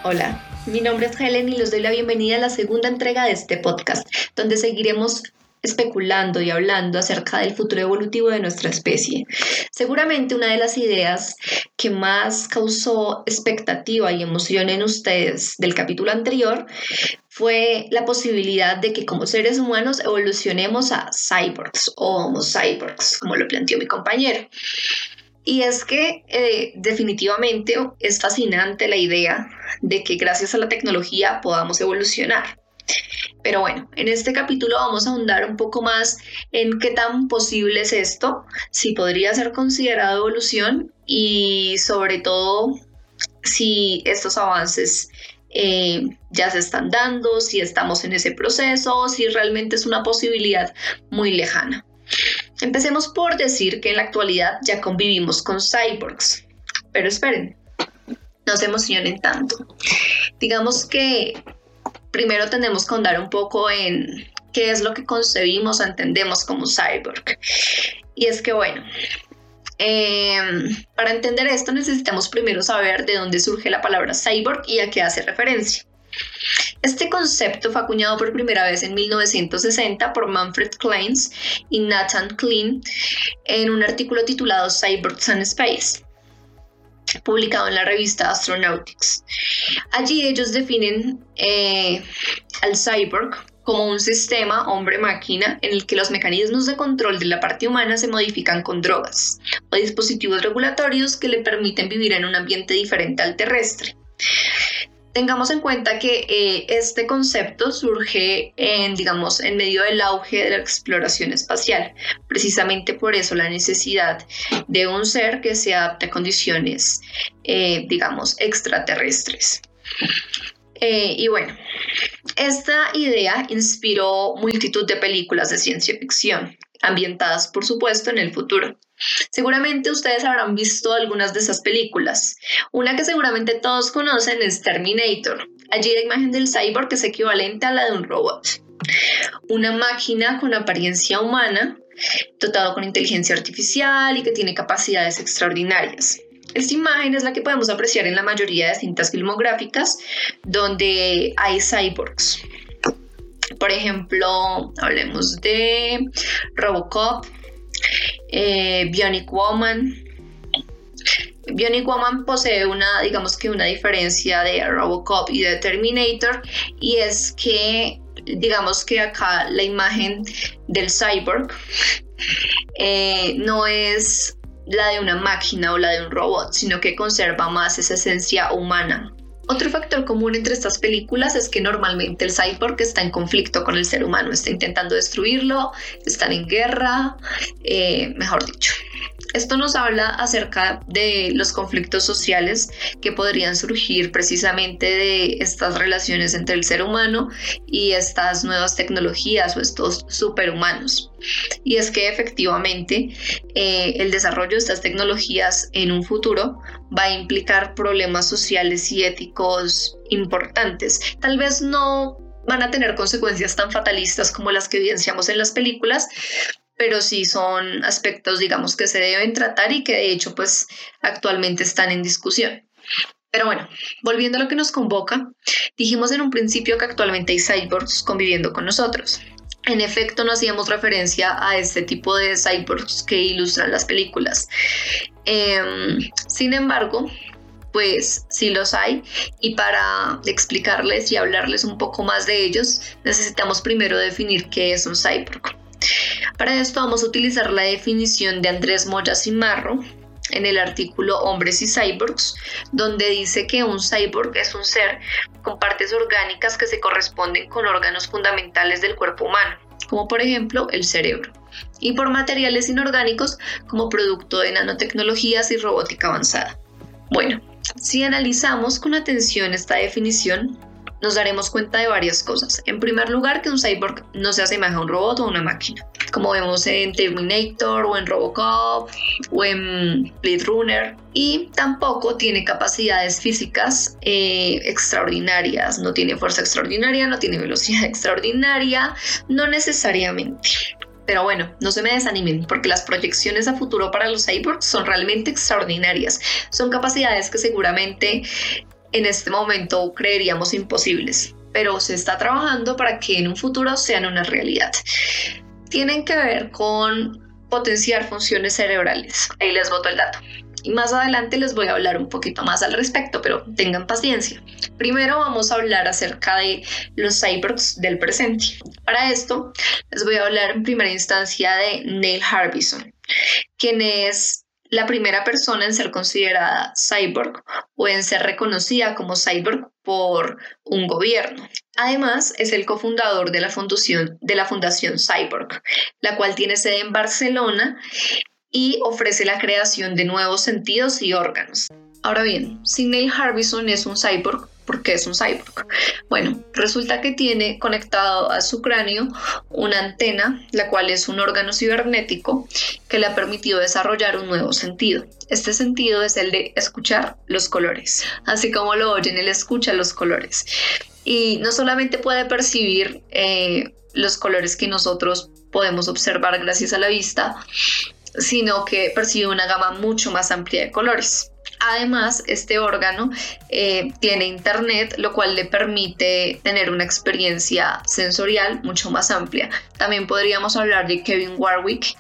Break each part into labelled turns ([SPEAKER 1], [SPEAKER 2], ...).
[SPEAKER 1] Hola, mi nombre es Helen y les doy la bienvenida a la segunda entrega de este podcast, donde seguiremos especulando y hablando acerca del futuro evolutivo de nuestra especie. Seguramente una de las ideas que más causó expectativa y emoción en ustedes del capítulo anterior fue la posibilidad de que como seres humanos evolucionemos a cyborgs o homo cyborgs, como lo planteó mi compañero. Y es que definitivamente es fascinante la idea de que gracias a la tecnología podamos evolucionar. Pero bueno, en este capítulo vamos a ahondar un poco más en qué tan posible es esto, si podría ser considerado evolución y sobre todo si estos avances ya se están dando, si estamos en ese proceso, si realmente es una posibilidad muy lejana. Empecemos por decir que en la actualidad ya convivimos con cyborgs, pero esperen, no se emocionen tanto. Digamos que primero tenemos que ahondar un poco en qué es lo que concebimos o entendemos como cyborg. Y es que bueno, para entender esto necesitamos primero saber de dónde surge la palabra cyborg y a qué hace referencia. Este concepto fue acuñado por primera vez en 1960 por Manfred Clynes y Nathan Kline en un artículo titulado Cyborgs and Space, publicado en la revista Astronautics. Allí ellos definen al cyborg como un sistema hombre-máquina en el que los mecanismos de control de la parte humana se modifican con drogas o dispositivos regulatorios que le permiten vivir en un ambiente diferente al terrestre. Tengamos en cuenta que este concepto surge en medio del auge de la exploración espacial. Precisamente por eso la necesidad de un ser que se adapte a condiciones, extraterrestres. Y bueno, esta idea inspiró multitud de películas de ciencia ficción, ambientadas, por supuesto, en el futuro. Seguramente ustedes habrán visto algunas de esas películas. Una que seguramente todos conocen es Terminator. Allí la imagen del cyborg es equivalente a la de un robot. Una máquina con apariencia humana, dotado con inteligencia artificial y que tiene capacidades extraordinarias. Esta imagen es la que podemos apreciar en la mayoría de cintas filmográficas donde hay cyborgs. Por ejemplo, hablemos de Robocop, Bionic Woman. Bionic Woman posee una diferencia de Robocop y de Terminator, y es que acá la imagen del cyborg no es la de una máquina o la de un robot, sino que conserva más esa esencia humana. Otro factor común entre estas películas es que normalmente el cyborg está en conflicto con el ser humano, está intentando destruirlo, están en guerra, mejor dicho. Esto nos habla acerca de los conflictos sociales que podrían surgir precisamente de estas relaciones entre el ser humano y estas nuevas tecnologías o estos superhumanos. Y es que efectivamente el desarrollo de estas tecnologías en un futuro va a implicar problemas sociales y éticos importantes. Tal vez no van a tener consecuencias tan fatalistas como las que evidenciamos en las películas, pero sí son aspectos, que se deben tratar y que de hecho, pues, actualmente están en discusión. Pero bueno, volviendo a lo que nos convoca, dijimos en un principio que actualmente hay cyborgs conviviendo con nosotros. En efecto, no hacíamos referencia a este tipo de cyborgs que ilustran las películas. Sin embargo, pues sí los hay, y para explicarles y hablarles un poco más de ellos, necesitamos primero definir qué es un cyborg. Para esto vamos a utilizar la definición de Andrés Moya Cimarro en el artículo Hombres y Cyborgs, donde dice que un cyborg es un ser con partes orgánicas que se corresponden con órganos fundamentales del cuerpo humano, como por ejemplo el cerebro, y por materiales inorgánicos como producto de nanotecnologías y robótica avanzada. Bueno, si analizamos con atención esta definición, nos daremos cuenta de varias cosas. En primer lugar, que un cyborg no se asemeja a un robot o a una máquina, como vemos en Terminator o en Robocop o en Blade Runner, y tampoco tiene capacidades físicas extraordinarias, no tiene fuerza extraordinaria, no tiene velocidad extraordinaria, no necesariamente. Pero bueno, no se me desanimen, porque las proyecciones a futuro para los cyborgs son realmente extraordinarias. Son capacidades que seguramente en este momento creeríamos imposibles, pero se está trabajando para que en un futuro sean una realidad. Tienen que ver con potenciar funciones cerebrales. Ahí les boto el dato. Y más adelante les voy a hablar un poquito más al respecto, pero tengan paciencia. Primero vamos a hablar acerca de los cyborgs del presente. Para esto les voy a hablar en primera instancia de Neil Harbisson, quien es la primera persona en ser considerada cyborg o en ser reconocida como cyborg por un gobierno. Además, es el cofundador de la Fundación Cyborg, la cual tiene sede en Barcelona y ofrece la creación de nuevos sentidos y órganos. Ahora bien, si Neil Harbisson es un cyborg, ¿por qué es un cyborg? Bueno, resulta que tiene conectado a su cráneo una antena, la cual es un órgano cibernético que le ha permitido desarrollar un nuevo sentido. Este sentido es el de escuchar los colores. Así como lo oyen, él escucha los colores. Y no solamente puede percibir los colores que nosotros podemos observar gracias a la vista, sino que percibe una gama mucho más amplia de colores. Además, este órgano tiene internet, lo cual le permite tener una experiencia sensorial mucho más amplia. También podríamos hablar de Kevin Warwick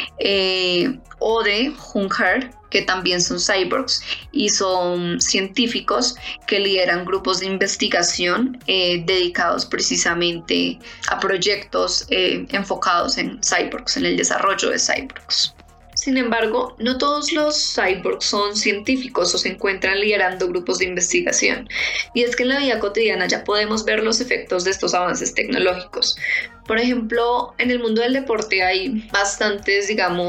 [SPEAKER 1] o de Hung Her, que también son cyborgs y son científicos que lideran grupos de investigación dedicados precisamente a proyectos enfocados en cyborgs, en el desarrollo de cyborgs. Sin embargo, no todos los cyborgs son científicos o se encuentran liderando grupos de investigación. Y es que en la vida cotidiana ya podemos ver los efectos de estos avances tecnológicos. Por ejemplo, en el mundo del deporte hay bastantes,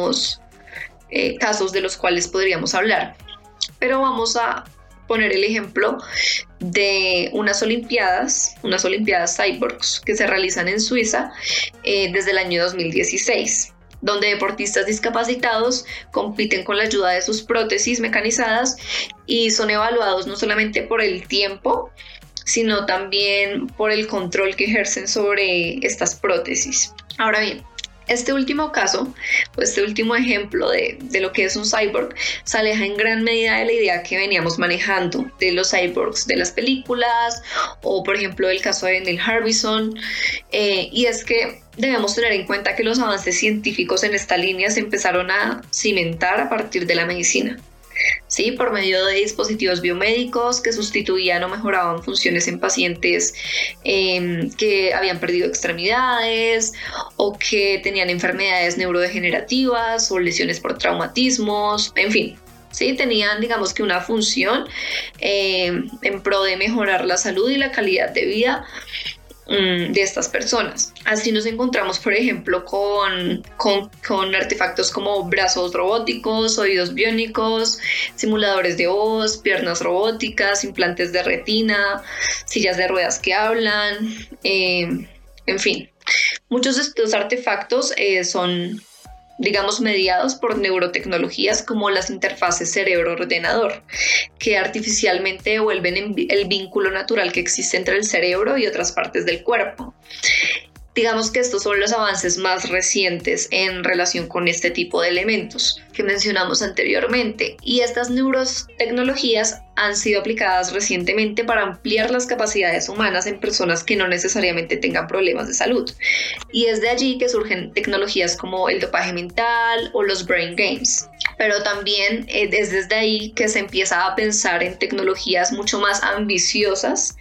[SPEAKER 1] casos de los cuales podríamos hablar. Pero vamos a poner el ejemplo de unas Olimpiadas Cyborgs que se realizan en Suiza desde el año 2016. Donde deportistas discapacitados compiten con la ayuda de sus prótesis mecanizadas y son evaluados no solamente por el tiempo, sino también por el control que ejercen sobre estas prótesis. Ahora bien, este último caso, o este último ejemplo de lo que es un cyborg, se aleja en gran medida de la idea que veníamos manejando de los cyborgs de las películas, o por ejemplo el caso de Neil Harbisson, y es que debemos tener en cuenta que los avances científicos en esta línea se empezaron a cimentar a partir de la medicina. ¿Sí? Por medio de dispositivos biomédicos que sustituían o mejoraban funciones en pacientes que habían perdido extremidades o que tenían enfermedades neurodegenerativas o lesiones por traumatismos, en fin. Sí, tenían, que una función en pro de mejorar la salud y la calidad de vida de estas personas. Así nos encontramos, por ejemplo, con artefactos como brazos robóticos, oídos biónicos, simuladores de voz, piernas robóticas, implantes de retina, sillas de ruedas que hablan, en fin. Muchos de estos artefactos son mediados por neurotecnologías como las interfaces cerebro-ordenador, que artificialmente devuelven el vínculo natural que existe entre el cerebro y otras partes del cuerpo. Digamos que estos son los avances más recientes en relación con este tipo de elementos que mencionamos anteriormente, y estas neurotecnologías han sido aplicadas recientemente para ampliar las capacidades humanas en personas que no necesariamente tengan problemas de salud. Y es de allí que surgen tecnologías como el dopaje mental o los brain games. Pero también es desde ahí que se empieza a pensar en tecnologías mucho más ambiciosas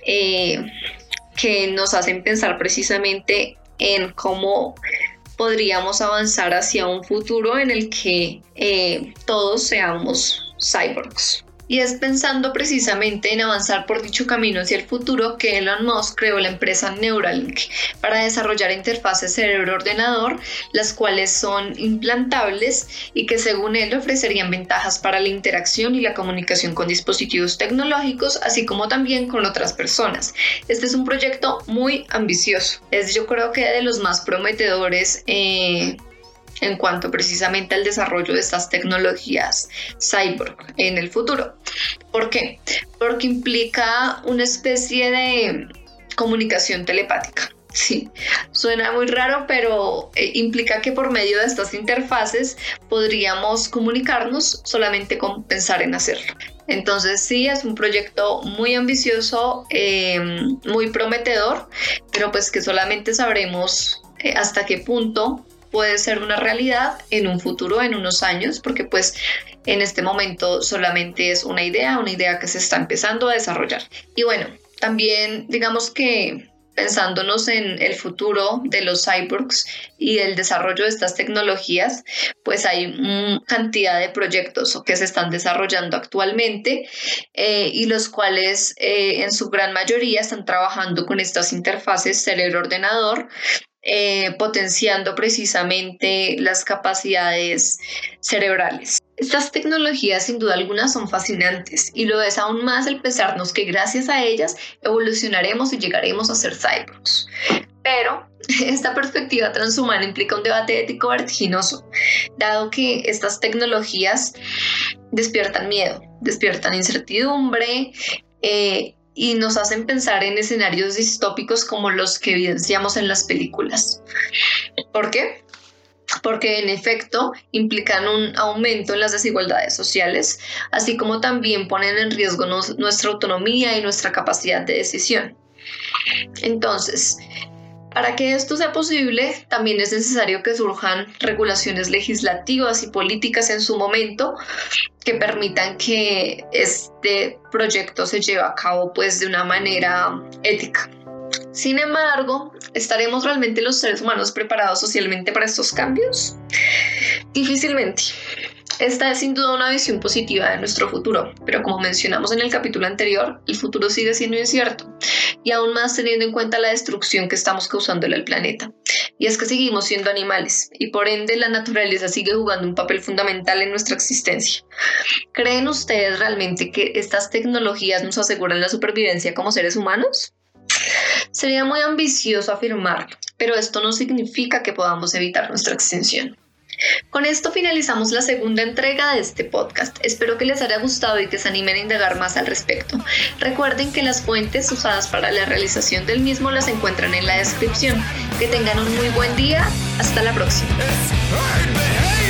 [SPEAKER 1] que nos hacen pensar precisamente en cómo podríamos avanzar hacia un futuro en el que todos seamos cyborgs. Y es pensando precisamente en avanzar por dicho camino hacia el futuro que Elon Musk creó la empresa Neuralink para desarrollar interfaces cerebro-ordenador, las cuales son implantables y que según él ofrecerían ventajas para la interacción y la comunicación con dispositivos tecnológicos, así como también con otras personas. Este es un proyecto muy ambicioso, yo creo que de los más prometedores en cuanto precisamente al desarrollo de estas tecnologías cyborg en el futuro. ¿Por qué? Porque implica una especie de comunicación telepática. Sí, suena muy raro, pero implica que por medio de estas interfaces podríamos comunicarnos solamente con pensar en hacerlo. Entonces sí, es un proyecto muy ambicioso, muy prometedor, pero pues que solamente sabremos hasta qué punto puede ser una realidad en un futuro, en unos años, porque pues en este momento solamente es una idea que se está empezando a desarrollar. Y bueno, también digamos que pensándonos en el futuro de los cyborgs y el desarrollo de estas tecnologías, pues hay cantidad de proyectos que se están desarrollando actualmente y los cuales en su gran mayoría están trabajando con estas interfaces cerebro-ordenador, potenciando precisamente las capacidades cerebrales. Estas tecnologías sin duda alguna son fascinantes y lo es aún más el pensarnos que gracias a ellas evolucionaremos y llegaremos a ser cyborgs. Pero esta perspectiva transhumana implica un debate ético vertiginoso, dado que estas tecnologías despiertan miedo, despiertan incertidumbre, y nos hacen pensar en escenarios distópicos como los que evidenciamos en las películas. ¿Por qué? Porque en efecto implican un aumento en las desigualdades sociales, así como también ponen en riesgo nuestra autonomía y nuestra capacidad de decisión. Entonces, para que esto sea posible, también es necesario que surjan regulaciones legislativas y políticas en su momento que permitan que este proyecto se lleve a cabo pues de una manera ética. Sin embargo, ¿estaremos realmente los seres humanos preparados socialmente para estos cambios? Difícilmente. Esta es sin duda una visión positiva de nuestro futuro, pero como mencionamos en el capítulo anterior, el futuro sigue siendo incierto, y aún más teniendo en cuenta la destrucción que estamos causándole al planeta. Y es que seguimos siendo animales, y por ende la naturaleza sigue jugando un papel fundamental en nuestra existencia. ¿Creen ustedes realmente que estas tecnologías nos aseguran la supervivencia como seres humanos? Sería muy ambicioso afirmarlo, pero esto no significa que podamos evitar nuestra extinción. Con esto finalizamos la segunda entrega de este podcast. Espero que les haya gustado y que se animen a indagar más al respecto. Recuerden que las fuentes usadas para la realización del mismo las encuentran en la descripción. Que tengan un muy buen día. Hasta la próxima.